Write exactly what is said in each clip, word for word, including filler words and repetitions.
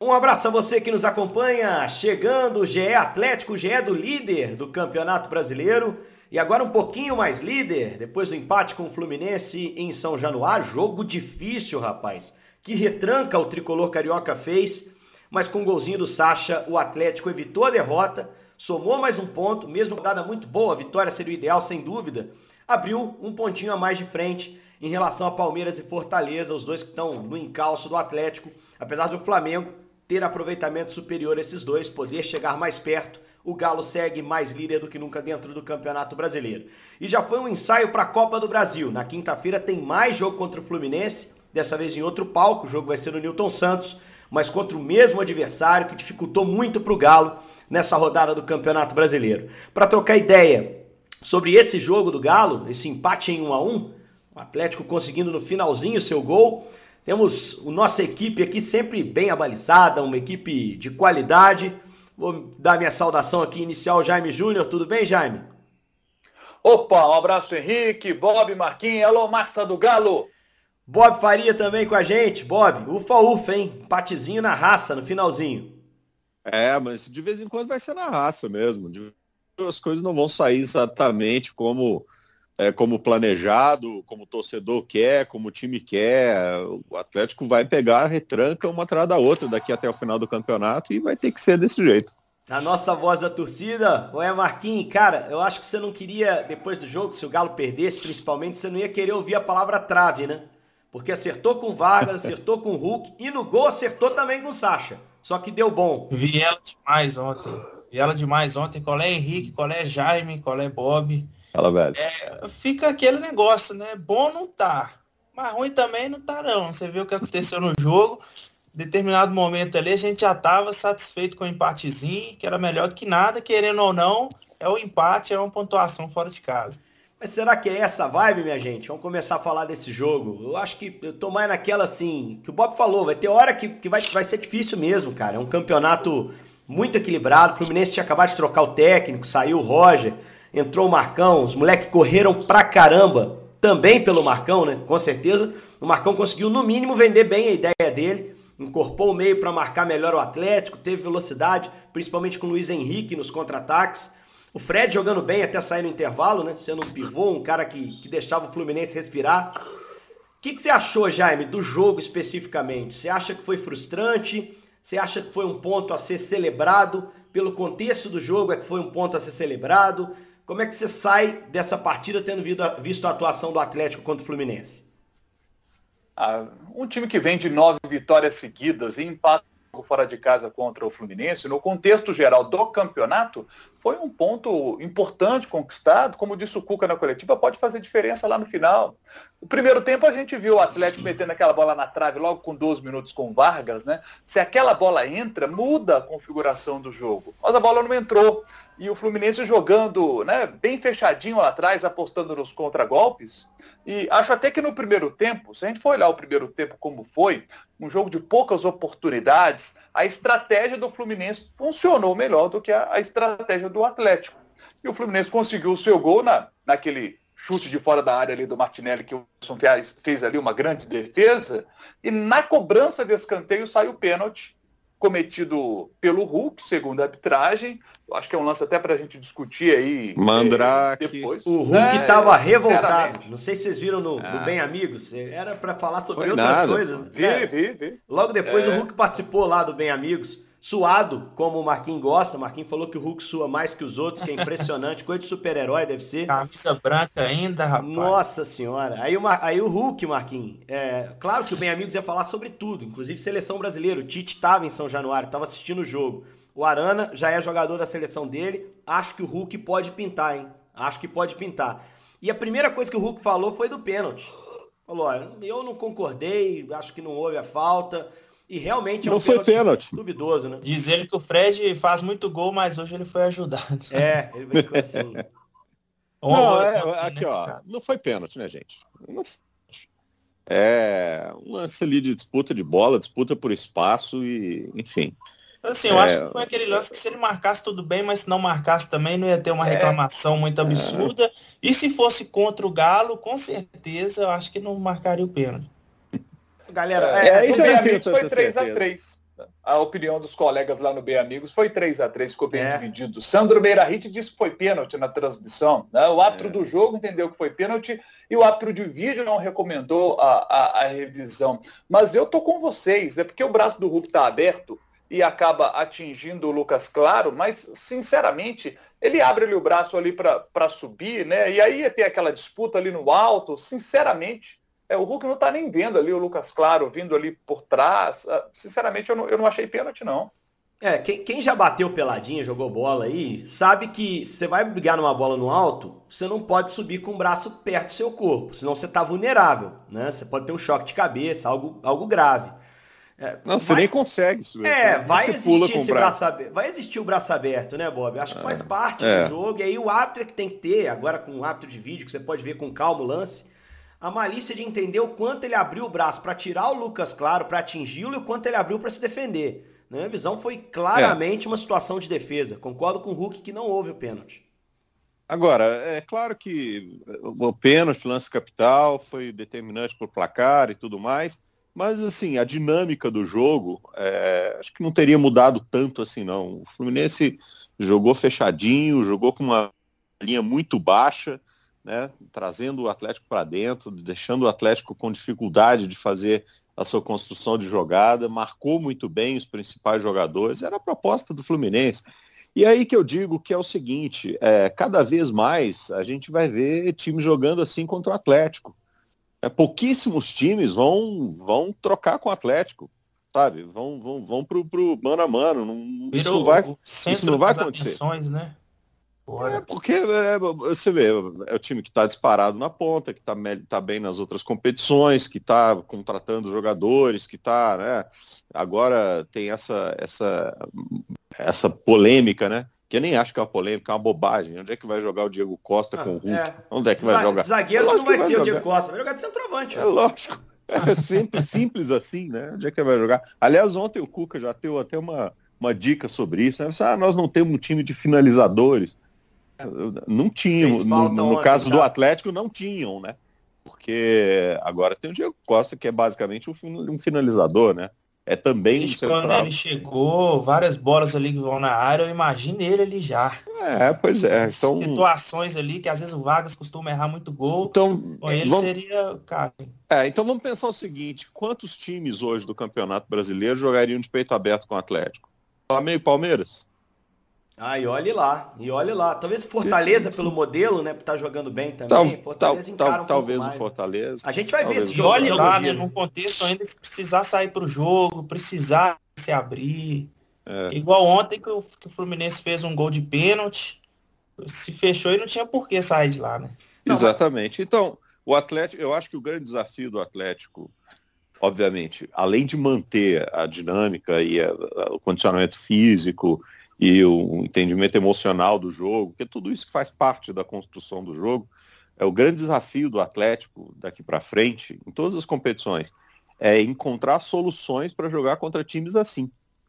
Um abraço a você que nos acompanha, chegando o G E Atlético, o G E do líder do Campeonato Brasileiro e agora um pouquinho mais líder, depois do empate com o Fluminense em São Januário, jogo difícil, rapaz, que retranca o tricolor carioca fez, mas com o golzinho do Sacha, o Atlético evitou a derrota, somou mais um ponto, mesmo rodada muito boa, a vitória seria o ideal, sem dúvida, abriu um pontinho a mais de frente em relação a Palmeiras e Fortaleza, os dois que estão no encalço do Atlético, apesar do Flamengo ter aproveitamento superior a esses dois, poder chegar mais perto, o Galo segue mais líder do que nunca dentro do Campeonato Brasileiro. E já foi um ensaio para a Copa do Brasil. Na quinta-feira tem mais jogo contra o Fluminense, dessa vez em outro palco, o jogo vai ser no Newton Santos, mas contra o mesmo adversário que dificultou muito para o Galo nessa rodada do Campeonato Brasileiro. Para trocar ideia sobre esse jogo do Galo, esse empate em um a um, o Atlético conseguindo no finalzinho seu gol, temos a nossa equipe aqui sempre bem abalizada, uma equipe de qualidade. Vou dar minha saudação aqui inicial, Jaime Júnior. Tudo bem, Jaime? Opa, um abraço, Henrique, Bob, Marquinhos. Alô, Massa do Galo. Bob Faria também com a gente. Bob, ufa, ufa, hein? Empatezinho na raça, no finalzinho. É, mas de vez em quando vai ser na raça mesmo. As coisas não vão sair exatamente como... É, como planejado, como o torcedor quer, como o time quer. O Atlético vai pegar a retranca uma atrás da outra daqui até o final do campeonato e vai ter que ser desse jeito. A nossa voz da torcida, ué, Marquinhos, cara, eu acho que você não queria, depois do jogo, se o Galo perdesse principalmente, você não ia querer ouvir a palavra trave, né? Porque acertou com o Vargas, acertou com o Hulk e no gol acertou também com o Sacha. Só que deu bom. Vi ela demais ontem. Vi ela demais ontem. Qual é Henrique, qual é Jaime, qual é Bob... Fala, velho. É, fica aquele negócio, né? Bom não tá, mas ruim também não tá, não. Você viu o que aconteceu no jogo. Em determinado momento ali, a gente já tava satisfeito com o empatezinho, que era melhor do que nada, querendo ou não, é o empate, é uma pontuação fora de casa. Mas será que é essa vibe, minha gente? Vamos começar a falar desse jogo. Eu acho que eu tô mais naquela, assim, que o Bob falou, vai ter hora que, que vai, vai ser difícil mesmo, cara. É um campeonato muito equilibrado. O Fluminense tinha acabado de trocar o técnico, saiu o Roger, entrou o Marcão, os moleques correram pra caramba, também pelo Marcão, né? Com certeza, o Marcão conseguiu no mínimo vender bem a ideia dele, incorporou o meio para marcar melhor o Atlético, teve velocidade, principalmente com o Luiz Henrique nos contra-ataques. O Fred jogando bem até sair no intervalo, né? Sendo um pivô, um cara que, que deixava o Fluminense respirar. O que, que você achou, Jaime, do jogo especificamente? Você acha que foi frustrante? Você acha que foi um ponto a ser celebrado? Pelo contexto do jogo é que foi um ponto a ser celebrado? Como é que você sai dessa partida tendo visto a atuação do Atlético contra o Fluminense? Ah, um time que vem de nove vitórias seguidas e empata fora de casa contra o Fluminense, no contexto geral do campeonato, foi um ponto importante conquistado. Como disse o Cuca na coletiva, pode fazer diferença lá no final. No primeiro tempo a gente viu o Atlético metendo aquela bola na trave logo com doze minutos com o Vargas, né? Se aquela bola entra, muda a configuração do jogo. Mas a bola não entrou. E o Fluminense jogando, né, bem fechadinho lá atrás, apostando nos contragolpes. E acho até que no primeiro tempo, se a gente for olhar o primeiro tempo como foi, um jogo de poucas oportunidades, a estratégia do Fluminense funcionou melhor do que a, a estratégia do Atlético. E o Fluminense conseguiu o seu gol na, naquele chute de fora da área ali do Martinelli, que o Wilson fez, fez ali uma grande defesa, e na cobrança de escanteio saiu o pênalti cometido pelo Hulk, segundo a arbitragem. Eu acho que é um lance até pra gente discutir aí. Mandrake. É, depois. O Hulk é, tava revoltado. Não sei se vocês viram no, ah. no Bem Amigos. Era pra falar sobre Foi outras nada. coisas. Vi, é. vi, vi. Logo depois é. o Hulk participou lá do Bem Amigos, suado, como o Marquinhos gosta. O Marquinhos falou que o Hulk sua mais que os outros, que é impressionante. Coisa de super-herói, deve ser. Camisa branca ainda, rapaz. Nossa senhora. Aí o, aí o Hulk, Marquinhos, é, claro que o Bem Amigos ia falar sobre tudo, inclusive seleção brasileira. O Tite estava em São Januário, estava assistindo o jogo. O Arana já é jogador da seleção dele. Acho que o Hulk pode pintar, hein? Acho que pode pintar. E a primeira coisa que o Hulk falou foi do pênalti. Falou, olha, eu não concordei, acho que não houve a falta. E realmente é um não foi pênalti duvidoso, né? Diz ele que o Fred faz muito gol, mas hoje ele foi ajudado. É, ele brincou assim. Não, é, aqui, ó, não foi pênalti, né, gente? Não foi. É um lance ali de disputa de bola, disputa por espaço e, enfim. Assim, eu é... acho que foi aquele lance que se ele marcasse tudo bem, mas se não marcasse também não ia ter uma reclamação muito absurda. É... E se fosse contra o Galo, com certeza eu acho que não marcaria o pênalti. Galera, é, é, é, obviamente foi três a três. a opinião dos colegas lá no Bem Amigos foi três a três, ficou bem é. dividido. Sandro Meirahit disse que foi pênalti na transmissão, né? O árbitro é. do jogo entendeu que foi pênalti e o árbitro de vídeo não recomendou a, a, a revisão. Mas eu tô com vocês, é porque o braço do Hulk está aberto e acaba atingindo o Lucas Claro, mas, sinceramente, ele abre ali o braço ali para subir, né? E aí ia ter aquela disputa ali no alto, sinceramente... É, o Hulk não está nem vendo ali o Lucas Claro vindo ali por trás. Sinceramente, eu não, eu não achei pênalti, não. É, quem, quem já bateu peladinha, jogou bola aí, sabe que se você vai brigar numa bola no alto, você não pode subir com o braço perto do seu corpo, senão você está vulnerável, né? Você pode ter um choque de cabeça, algo, algo grave. É, não, você vai... nem consegue subir. É, vai existir esse braço aberto. Vai existir o braço aberto, né, Bob? Acho que faz é, parte é. do jogo. E aí o árbitro é que tem que ter, agora com o árbitro de vídeo, que você pode ver com calma o lance, a malícia de entender o quanto ele abriu o braço para tirar o Lucas Claro, para atingi-lo, e o quanto ele abriu para se defender. Na minha visão, foi claramente é. uma situação de defesa. Concordo com o Hulk que não houve o pênalti. Agora, é claro que o pênalti, lance capital, foi determinante por placar e tudo mais, mas assim, a dinâmica do jogo, é, acho que não teria mudado tanto assim, não. O Fluminense jogou fechadinho, jogou com uma linha muito baixa, né, trazendo o Atlético para dentro, deixando o Atlético com dificuldade de fazer a sua construção de jogada, marcou muito bem os principais jogadores, era a proposta do Fluminense. E aí que eu digo que é o seguinte, é, cada vez mais a gente vai ver times jogando assim contra o Atlético. É, pouquíssimos times vão, vão trocar com o Atlético, sabe? Vão, vão, vão pro, pro mano a mano. Não, isso não vai, isso não vai acontecer. Né? É porque é, você vê, é o time que está disparado na ponta, que está tá bem nas outras competições, que está contratando jogadores, que está, né? Agora tem essa, essa, essa polêmica, né? Que eu nem acho que é uma polêmica, é uma bobagem. Onde é que vai jogar o Diego Costa ah, com o Hulk? É. Onde é que vai jogar? Zagueiro é não vai, vai ser jogar. O Diego Costa, vai jogar de centroavante. É lógico. É sempre simples assim, né? Onde é que vai jogar? Aliás, ontem o Cuca já deu até uma, uma dica sobre isso. Né? Ah, nós não temos um time de finalizadores. Não tinham, no, no caso do Atlético não tinham, né? Porque agora tem o Diego Costa, que é basicamente um finalizador, né? É também um central. Quando ele chegou, várias bolas ali que vão na área, eu imagino ele ali já. É, pois é. Então... Situações ali que às vezes o Vargas costuma errar muito gol, então, com ele vamos... seria cara. É, então vamos pensar o seguinte, quantos times hoje do Campeonato Brasileiro jogariam de peito aberto com o Atlético? Flamengo e Palmeiras? Ah, e olhe lá, e olhe lá. Talvez Fortaleza, pelo modelo, né, por estar jogando bem também. Tal, Fortaleza tal, encara um talvez pouco mais, o Fortaleza. A gente vai talvez ver esse e jogo. olhe lá, né, num contexto ainda que precisar sair para o jogo, precisar se abrir. É. Igual ontem que o, que o Fluminense fez um gol de pênalti, se fechou e não tinha por que sair de lá, né? Não, exatamente. Mas... Então, o Atlético, eu acho que o grande desafio do Atlético, obviamente, além de manter a dinâmica e a, a, o condicionamento físico e o entendimento emocional do jogo, porque tudo isso que faz parte da construção do jogo, é o grande desafio do Atlético daqui para frente, em todas as competições, é encontrar soluções para jogar contra times assim.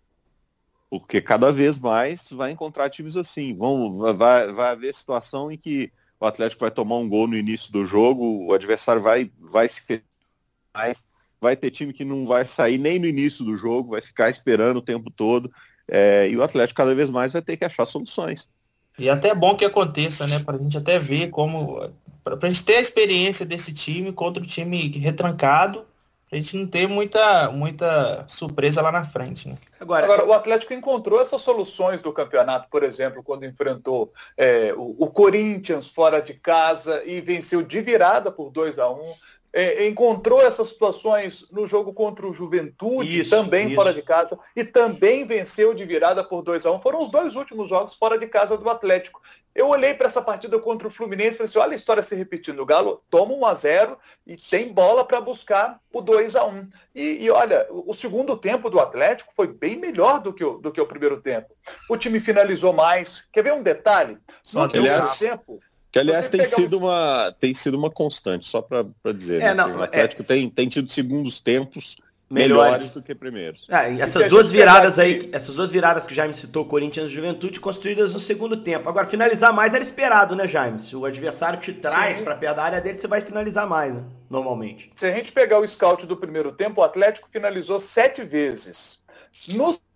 Porque cada vez mais vai encontrar times assim. Vão, vai, vai haver situação em que o Atlético vai tomar um gol no início do jogo, o adversário vai, vai se fechar mais, vai ter time que não vai sair nem no início do jogo, vai ficar esperando o tempo todo. É, e o Atlético cada vez mais vai ter que achar soluções. E até é bom que aconteça, né? Para a gente até ver como... Para a gente ter a experiência desse time contra o time retrancado, a gente não ter muita, muita surpresa lá na frente, né? Agora, Agora, o Atlético encontrou essas soluções do campeonato, por exemplo, quando enfrentou é, o, o Corinthians fora de casa e venceu de virada por dois a um. É, encontrou essas situações no jogo contra o Juventude, isso, também isso. fora de casa, e também venceu de virada por dois a um. Foram os dois últimos jogos fora de casa do Atlético. Eu olhei para essa partida contra o Fluminense e falei assim, olha a história se repetindo. O Galo toma um a zero e tem bola para buscar o dois a um. E, e olha, o, o segundo tempo do Atlético foi bem melhor do que, o, do que o primeiro tempo. O time finalizou mais. Quer ver um detalhe? No primeiro tempo... Que, aliás, tem sido, um... uma, tem sido uma constante, só para dizer. É, né? não, o Atlético é... tem, tem tido segundos tempos melhores, melhores do que primeiros. É, e essas duas viradas aí, aqui... essas duas viradas que o Jaime citou, Corinthians e Juventude, construídas no segundo tempo. Agora, finalizar mais era esperado, né, Jaime? Se o adversário te traz para perto da área dele, você vai finalizar mais, né? Normalmente. Se a gente pegar o scout do primeiro tempo, o Atlético finalizou sete vezes. No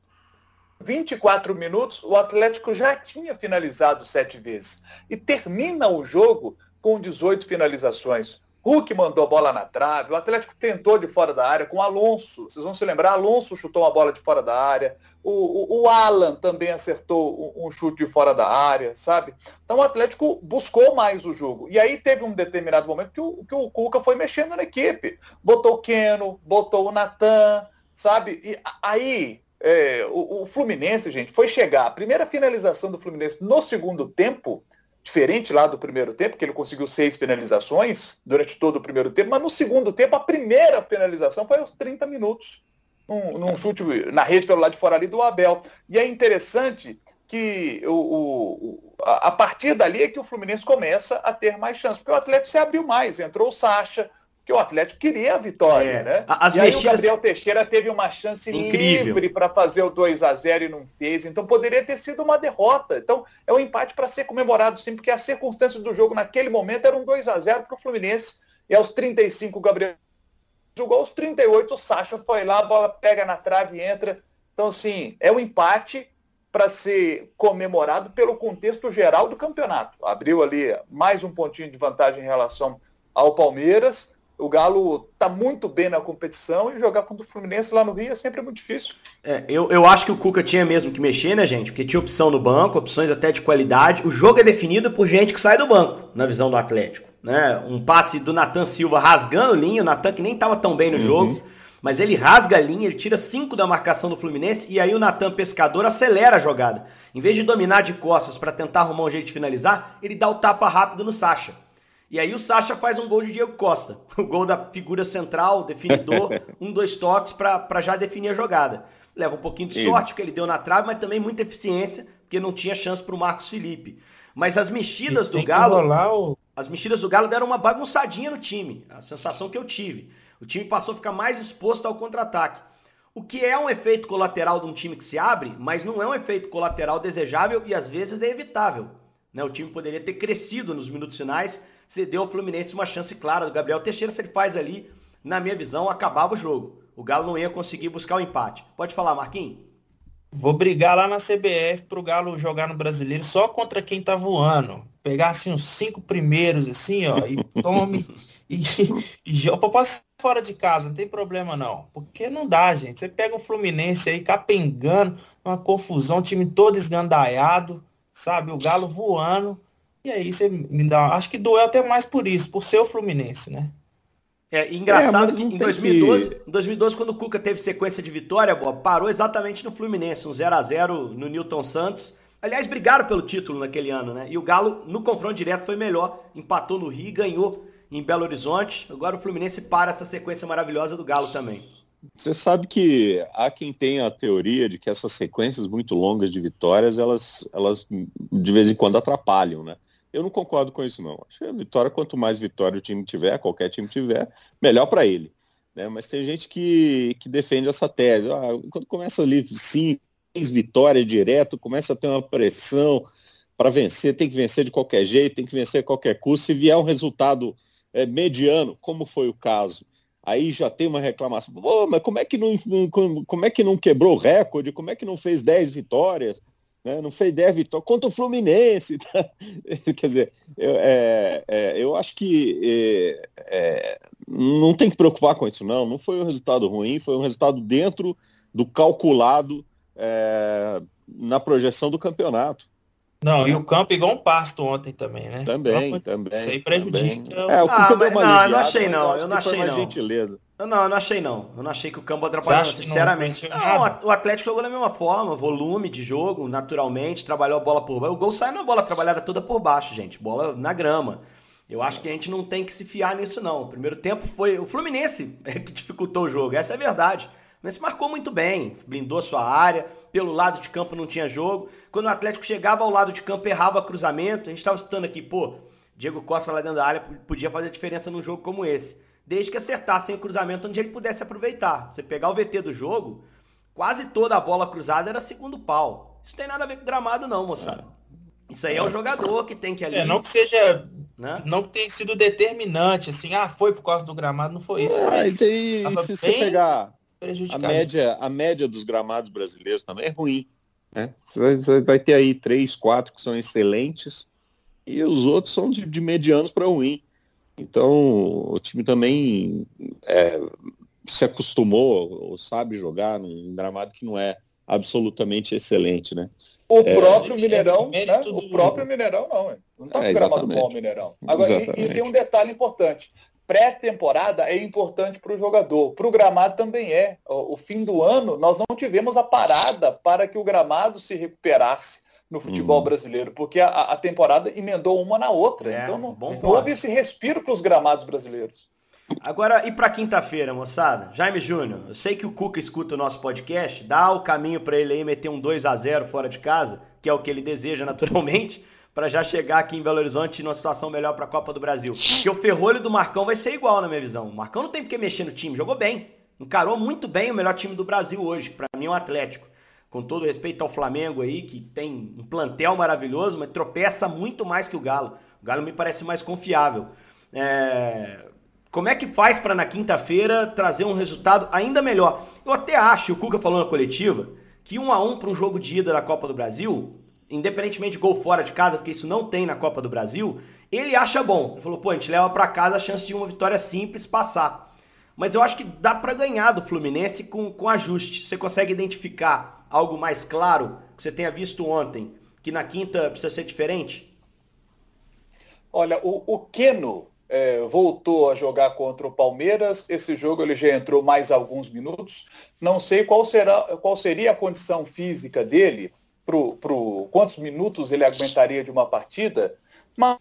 vinte e quatro minutos, o Atlético já tinha finalizado sete vezes. E termina o jogo com dezoito finalizações. Hulk mandou a bola na trave, o Atlético tentou de fora da área com o Alonso. Vocês vão se lembrar, Alonso chutou uma bola de fora da área, o, o, o Alan também acertou um, um chute de fora da área, sabe? Então o Atlético buscou mais o jogo. E aí teve um determinado momento que o, que o Cuca foi mexendo na equipe. Botou o Keno, botou o Natan, sabe? E aí é, o, o Fluminense, gente, foi chegar. A primeira finalização do Fluminense no segundo tempo, diferente lá do primeiro tempo, que ele conseguiu seis finalizações durante todo o primeiro tempo, mas no segundo tempo, a primeira finalização foi aos trinta minutos, num, num chute na rede pelo lado de fora ali do Abel. E é interessante que o, o, a, a partir dali é que o Fluminense começa a ter mais chance, porque o Atlético se abriu mais, entrou o Sacha, que o Atlético queria a vitória, é. né? As e aí mexidas... o Gabriel Teixeira teve uma chance incrível, livre para fazer o dois a zero e não fez, então poderia ter sido uma derrota. Então é um empate para ser comemorado sim, porque as circunstâncias do jogo naquele momento eram dois a zero para o Fluminense, e aos trinta e cinco o Gabriel jogou, aos trinta e oito o Sacha foi lá, a bola pega na trave e entra. Então assim, é um empate para ser comemorado pelo contexto geral do campeonato. Abriu ali mais um pontinho de vantagem em relação ao Palmeiras. O Galo está muito bem na competição e jogar contra o Fluminense lá no Rio é sempre muito difícil. É, eu, eu acho que o Cuca tinha mesmo que mexer, né, gente? Porque tinha opção no banco, opções até de qualidade. O jogo é definido por gente que sai do banco, na visão do Atlético, né? Um passe do Natan Silva rasgando linha, o Natan que nem estava tão bem no uhum. jogo, mas ele rasga a linha, ele tira cinco da marcação do Fluminense e aí o Natan Pescador acelera a jogada. Em vez de dominar de costas para tentar arrumar um jeito de finalizar, ele dá o tapa rápido no Sacha. E aí o Sacha faz um gol de Diego Costa, o gol da figura central, definidor, um, dois toques para já definir a jogada. Leva um pouquinho de sorte, porque ele deu na trave, mas também muita eficiência, porque não tinha chance para o Marcos Felipe. Mas as mexidas do Galo, o... as mexidas do Galo deram uma bagunçadinha no time, a sensação que eu tive. O time passou a ficar mais exposto ao contra-ataque. O que é um efeito colateral de um time que se abre, mas não é um efeito colateral desejável e às vezes é evitável. Né? O time poderia ter crescido nos minutos finais, cedeu ao Fluminense uma chance clara do Gabriel Teixeira. Se ele faz ali, na minha visão, acabava o jogo. O Galo não ia conseguir buscar o empate. Pode falar, Marquinhos? Vou brigar lá na C B F pro Galo jogar no Brasileiro só contra quem tá voando. Pegar assim os cinco primeiros, assim, ó, e tome e, e joga. Passa fora de casa, não tem problema não. Porque não dá, gente. Você pega um Fluminense aí capengando, uma confusão, time todo esgandaiado, sabe? O Galo voando. E aí você me dá... Acho que doeu até mais por isso, por ser o Fluminense, né? É, engraçado é, que em dois mil e doze, que... em dois mil e doze, quando o Cuca teve sequência de vitória, Bob, parou exatamente no Fluminense, um zero a zero no Newton Santos. Aliás, brigaram pelo título naquele ano, né? E o Galo, no confronto direto, foi melhor. Empatou no Rio e ganhou em Belo Horizonte. Agora o Fluminense para essa sequência maravilhosa do Galo também. Você sabe que há quem tenha a teoria de que essas sequências muito longas de vitórias, elas, elas de vez em quando atrapalham, né? Eu não concordo com isso, não. Acho que a vitória, quanto mais vitória o time tiver, qualquer time tiver, melhor para ele. Né? Mas tem gente que, que defende essa tese. Ah, quando começa ali cinco, seis vitórias direto, começa a ter uma pressão para vencer, tem que vencer de qualquer jeito, tem que vencer a qualquer custo. Se vier um resultado é, mediano, como foi o caso, aí já tem uma reclamação. Oh, mas como é que não, como é que não quebrou o recorde? Como é que não fez dez vitórias? Né? Não fez dez vitórias contra o Fluminense. Tá? Quer dizer, eu, é, é, eu acho que é, é, não tem que preocupar com isso, não. Não foi um resultado ruim, foi um resultado dentro do calculado é, na projeção do campeonato. Não, e o campo igual um pasto ontem também, né? Também, campo, também. Isso aí prejudica. Também. É, o Cuca ah, deu uma não, aliviada, eu não achei não, eu não achei uma não. gentileza. Eu não, eu não achei não. Eu não achei que o campo atrapalhou, sinceramente. Não, não, o Atlético jogou da mesma forma, volume de jogo, naturalmente, trabalhou a bola por baixo. O gol sai na bola trabalhada toda por baixo, gente. Bola na grama. Eu acho que a gente não tem que se fiar nisso, não. O primeiro tempo foi o Fluminense que dificultou o jogo, essa é a verdade. Mas se marcou muito bem, blindou a sua área, pelo lado de campo não tinha jogo. Quando o Atlético chegava ao lado de campo, errava cruzamento. A gente estava citando aqui, pô, Diego Costa lá dentro da área podia fazer diferença num jogo como esse. Desde que acertassem o cruzamento onde ele pudesse aproveitar. Você pegar o V T do jogo, quase toda a bola cruzada era segundo pau. Isso não tem nada a ver com gramado não, moçada. Isso aí é o jogador que tem que ali... É, não que seja... Né? Não que tenha sido determinante, assim, ah, foi por causa do gramado, não foi isso. É, mas daí, se você pegar... A média, a média dos gramados brasileiros também é ruim. Né? Você vai, vai ter aí três, quatro que são excelentes e os outros são de, de medianos para ruim. Então o time também é, se acostumou ou sabe jogar num gramado que não é absolutamente excelente, né? O é, próprio Mineirão, né? Do... O próprio Mineirão não, não tá é, com gramado bom o Mineirão. Agora, e, e tem um detalhe importante. Pré-temporada é importante para o jogador, para o gramado também é. O, o fim do ano, nós não tivemos a parada para que o gramado se recuperasse no futebol hum. brasileiro, porque a, a temporada emendou uma na outra. É, então não, não houve esse respiro para os gramados brasileiros. Agora, e para quinta-feira, moçada? Jaime Júnior, eu sei que o Cuca escuta o nosso podcast, dá o caminho para ele aí meter um dois a zero fora de casa, que é o que ele deseja naturalmente, para já chegar aqui em Belo Horizonte numa situação melhor para a Copa do Brasil. Porque o ferrolho do Marcão vai ser igual na minha visão. O Marcão não tem porque mexer no time, jogou bem, encarou muito bem o melhor time do Brasil hoje, para mim é o Atlético. Com todo respeito ao Flamengo aí, que tem um plantel maravilhoso, mas tropeça muito mais que o Galo. O Galo me parece mais confiável. É... Como é que faz para na quinta-feira trazer um resultado ainda melhor? Eu até acho, o Cuca falou na coletiva, que um a um para um jogo de ida da Copa do Brasil, independentemente de gol fora de casa, porque isso não tem na Copa do Brasil, ele acha bom. Ele falou, pô, a gente leva para casa a chance de uma vitória simples passar. Mas eu acho que dá para ganhar do Fluminense com, com ajuste. Você consegue identificar algo mais claro que você tenha visto ontem, que na quinta precisa ser diferente? Olha, o, o Keno é, voltou a jogar contra o Palmeiras. Esse jogo ele já entrou mais alguns minutos. Não sei qual, será, qual seria a condição física dele, pro, pro, quantos minutos ele aguentaria de uma partida, mas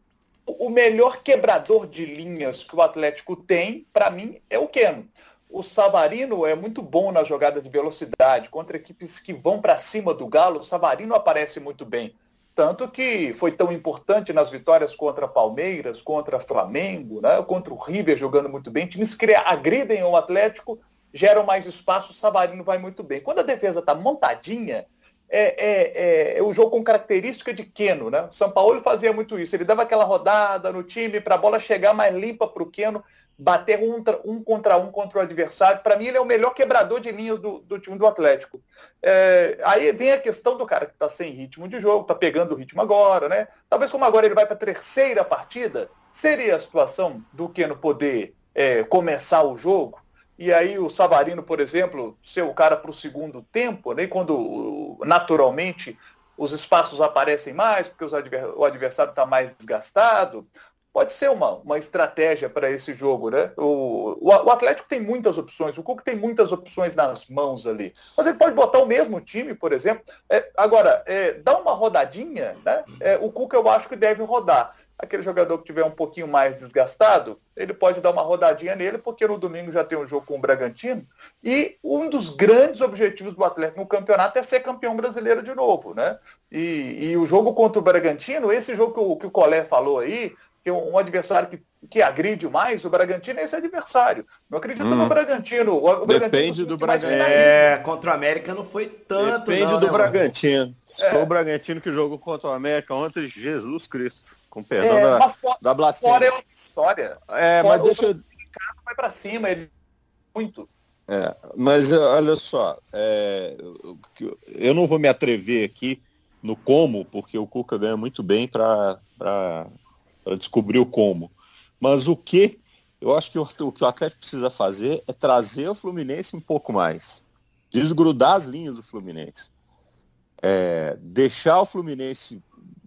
o melhor quebrador de linhas que o Atlético tem, para mim, é o Keno. O Savarino é muito bom na jogada de velocidade. Contra equipes que vão para cima do Galo, o Savarino aparece muito bem. Tanto que foi tão importante nas vitórias contra Palmeiras, contra Flamengo, né? Contra o River jogando muito bem. Times que agridem o Atlético, geram mais espaço, o Savarino vai muito bem. Quando a defesa está montadinha, É, é, é, é o jogo com característica de Keno, né? O São Paulo fazia muito isso, ele dava aquela rodada no time para a bola chegar mais limpa para o Keno, bater um, um contra um contra o adversário. Para mim ele é o melhor quebrador de linhas do, do time do Atlético. É, aí vem a questão do cara que está sem ritmo de jogo, está pegando o ritmo agora, né? Talvez como agora ele vai para a terceira partida, seria a situação do Keno poder é, começar o jogo. E aí o Savarino, por exemplo, ser o cara para o segundo tempo, né, quando naturalmente os espaços aparecem mais, porque os adver, o adversário está mais desgastado, pode ser uma, uma estratégia para esse jogo, né? O, o, o Atlético tem muitas opções, o Cuca tem muitas opções nas mãos ali. Mas ele pode botar o mesmo time, por exemplo. É, agora, é, dá uma rodadinha, né? É, o Cuca eu acho que deve rodar. Aquele jogador que tiver um pouquinho mais desgastado, ele pode dar uma rodadinha nele, porque no domingo já tem um jogo com o Bragantino. E um dos grandes objetivos do Atlético no campeonato é ser campeão brasileiro de novo, né? E, e o jogo contra o Bragantino, esse jogo que o, que o Collet falou aí, que é um, um adversário que, que agride mais, o Bragantino é esse adversário. Não acredito hum. no Bragantino. O, o Depende Bragantino do Bragantino. É, contra o América não foi tanto. Depende não, do né, Bragantino. É. Foi o Bragantino que jogou contra o América ontem, Jesus Cristo. Com perdão é, da, for, da blasfêmia. Fora é outra história. É, fora mas deixa eu... vai para cima, ele muito. É, mas olha só, é, eu, eu não vou me atrever aqui no como, porque o Cuca ganha muito bem para descobrir o como. Mas o que eu acho que o, o que o Atlético precisa fazer é trazer o Fluminense um pouco mais. Desgrudar as linhas do Fluminense. É, deixar o Fluminense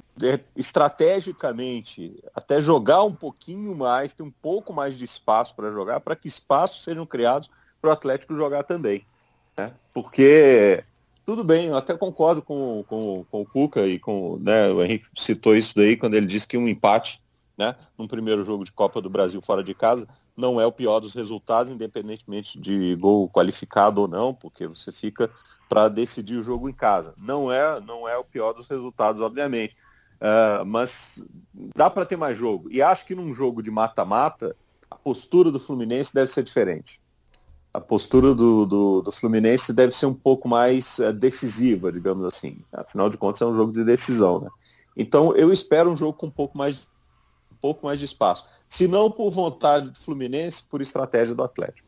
estrategicamente até jogar um pouquinho mais, ter um pouco mais de espaço para jogar, para que espaços sejam criados para o Atlético jogar também, né? Porque tudo bem, eu até concordo com, com, com o Cuca e com, né, o Henrique citou isso daí quando ele disse que um empate, né, num primeiro jogo de Copa do Brasil fora de casa não é o pior dos resultados, independentemente de gol qualificado ou não, porque você fica para decidir o jogo em casa. Não é, não é o pior dos resultados, obviamente. Uh, mas dá para ter mais jogo. E acho que num jogo de mata-mata, a postura do Fluminense deve ser diferente. A postura do, do, do Fluminense deve ser um pouco mais uh, decisiva, digamos assim. Afinal de contas, é um jogo de decisão, né? Então, eu espero um jogo com um pouco mais, um pouco mais de espaço. Se não por vontade do Fluminense, por estratégia do Atlético.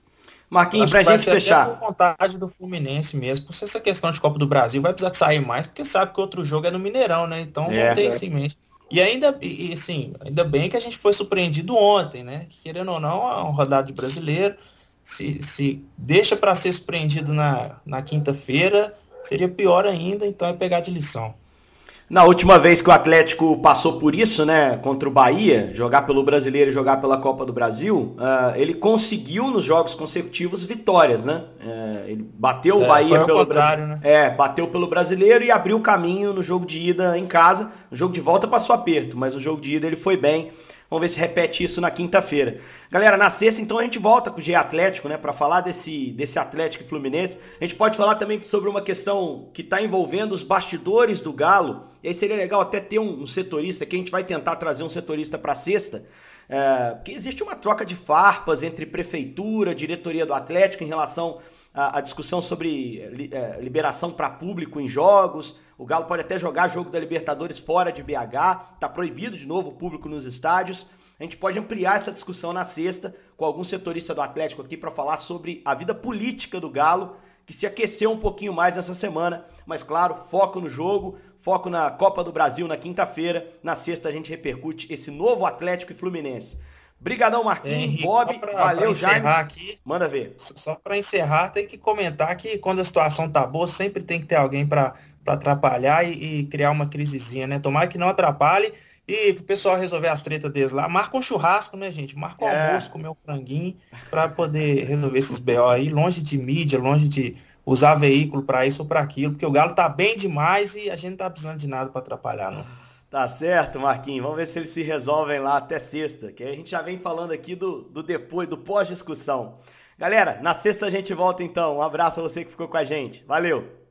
Marquinhos, pra gente fechar. Por vontade do Fluminense mesmo, por ser essa questão de Copa do Brasil, vai precisar de sair mais, porque sabe que outro jogo é no Mineirão, né? Então é, não tem isso em mente. E ainda, e, assim, ainda bem que a gente foi surpreendido ontem, né? Querendo ou não, é uma rodada de brasileiro. Se, se deixa para ser surpreendido na, na quinta-feira, seria pior ainda, então é pegar de lição. Na última vez que o Atlético passou por isso, né, contra o Bahia, jogar pelo Brasileiro e jogar pela Copa do Brasil, uh, ele conseguiu nos jogos consecutivos vitórias, né? Uh, ele bateu é, o Bahia pelo contrário, né? É, bateu pelo Brasileiro e abriu o caminho no jogo de ida em casa. No jogo de volta passou aperto, mas no jogo de ida ele foi bem. Vamos ver se repete isso na quinta-feira. Galera, na sexta, então, a gente volta com o G E Atlético, né, para falar desse, desse Atlético e Fluminense. A gente pode falar também sobre uma questão que está envolvendo os bastidores do Galo. E aí seria legal até ter um, um setorista, que a gente vai tentar trazer um setorista para sexta, é, porque existe uma troca de farpas entre prefeitura, diretoria do Atlético em relação à, à discussão sobre é, liberação para público em jogos. O Galo pode até jogar jogo da Libertadores fora de B H, está proibido de novo o público nos estádios. A gente pode ampliar essa discussão na sexta com algum setorista do Atlético aqui para falar sobre a vida política do Galo, que se aqueceu um pouquinho mais essa semana, mas claro, foco no jogo, foco na Copa do Brasil na quinta-feira. Na sexta a gente repercute esse novo Atlético e Fluminense. Brigadão, Marquinhos, Henrique, Bob, pra, valeu, pra Jaime. Aqui, manda ver. Só para encerrar, tem que comentar que quando a situação tá boa, sempre tem que ter alguém para atrapalhar e, e criar uma crisezinha, né? Tomara que não atrapalhe. E pro pessoal resolver as tretas deles lá, marca um churrasco, né, gente? Marca um É. almoço, comer um franguinho, para poder resolver esses B O aí, longe de mídia, longe de usar veículo para isso ou para aquilo, porque o Galo tá bem demais e a gente não tá precisando de nada para atrapalhar, não. Tá certo, Marquinhos. Vamos ver se eles se resolvem lá até sexta, que aí a gente já vem falando aqui do, do depois, do pós-discussão. Galera, na sexta a gente volta então. Um abraço a você que ficou com a gente. Valeu!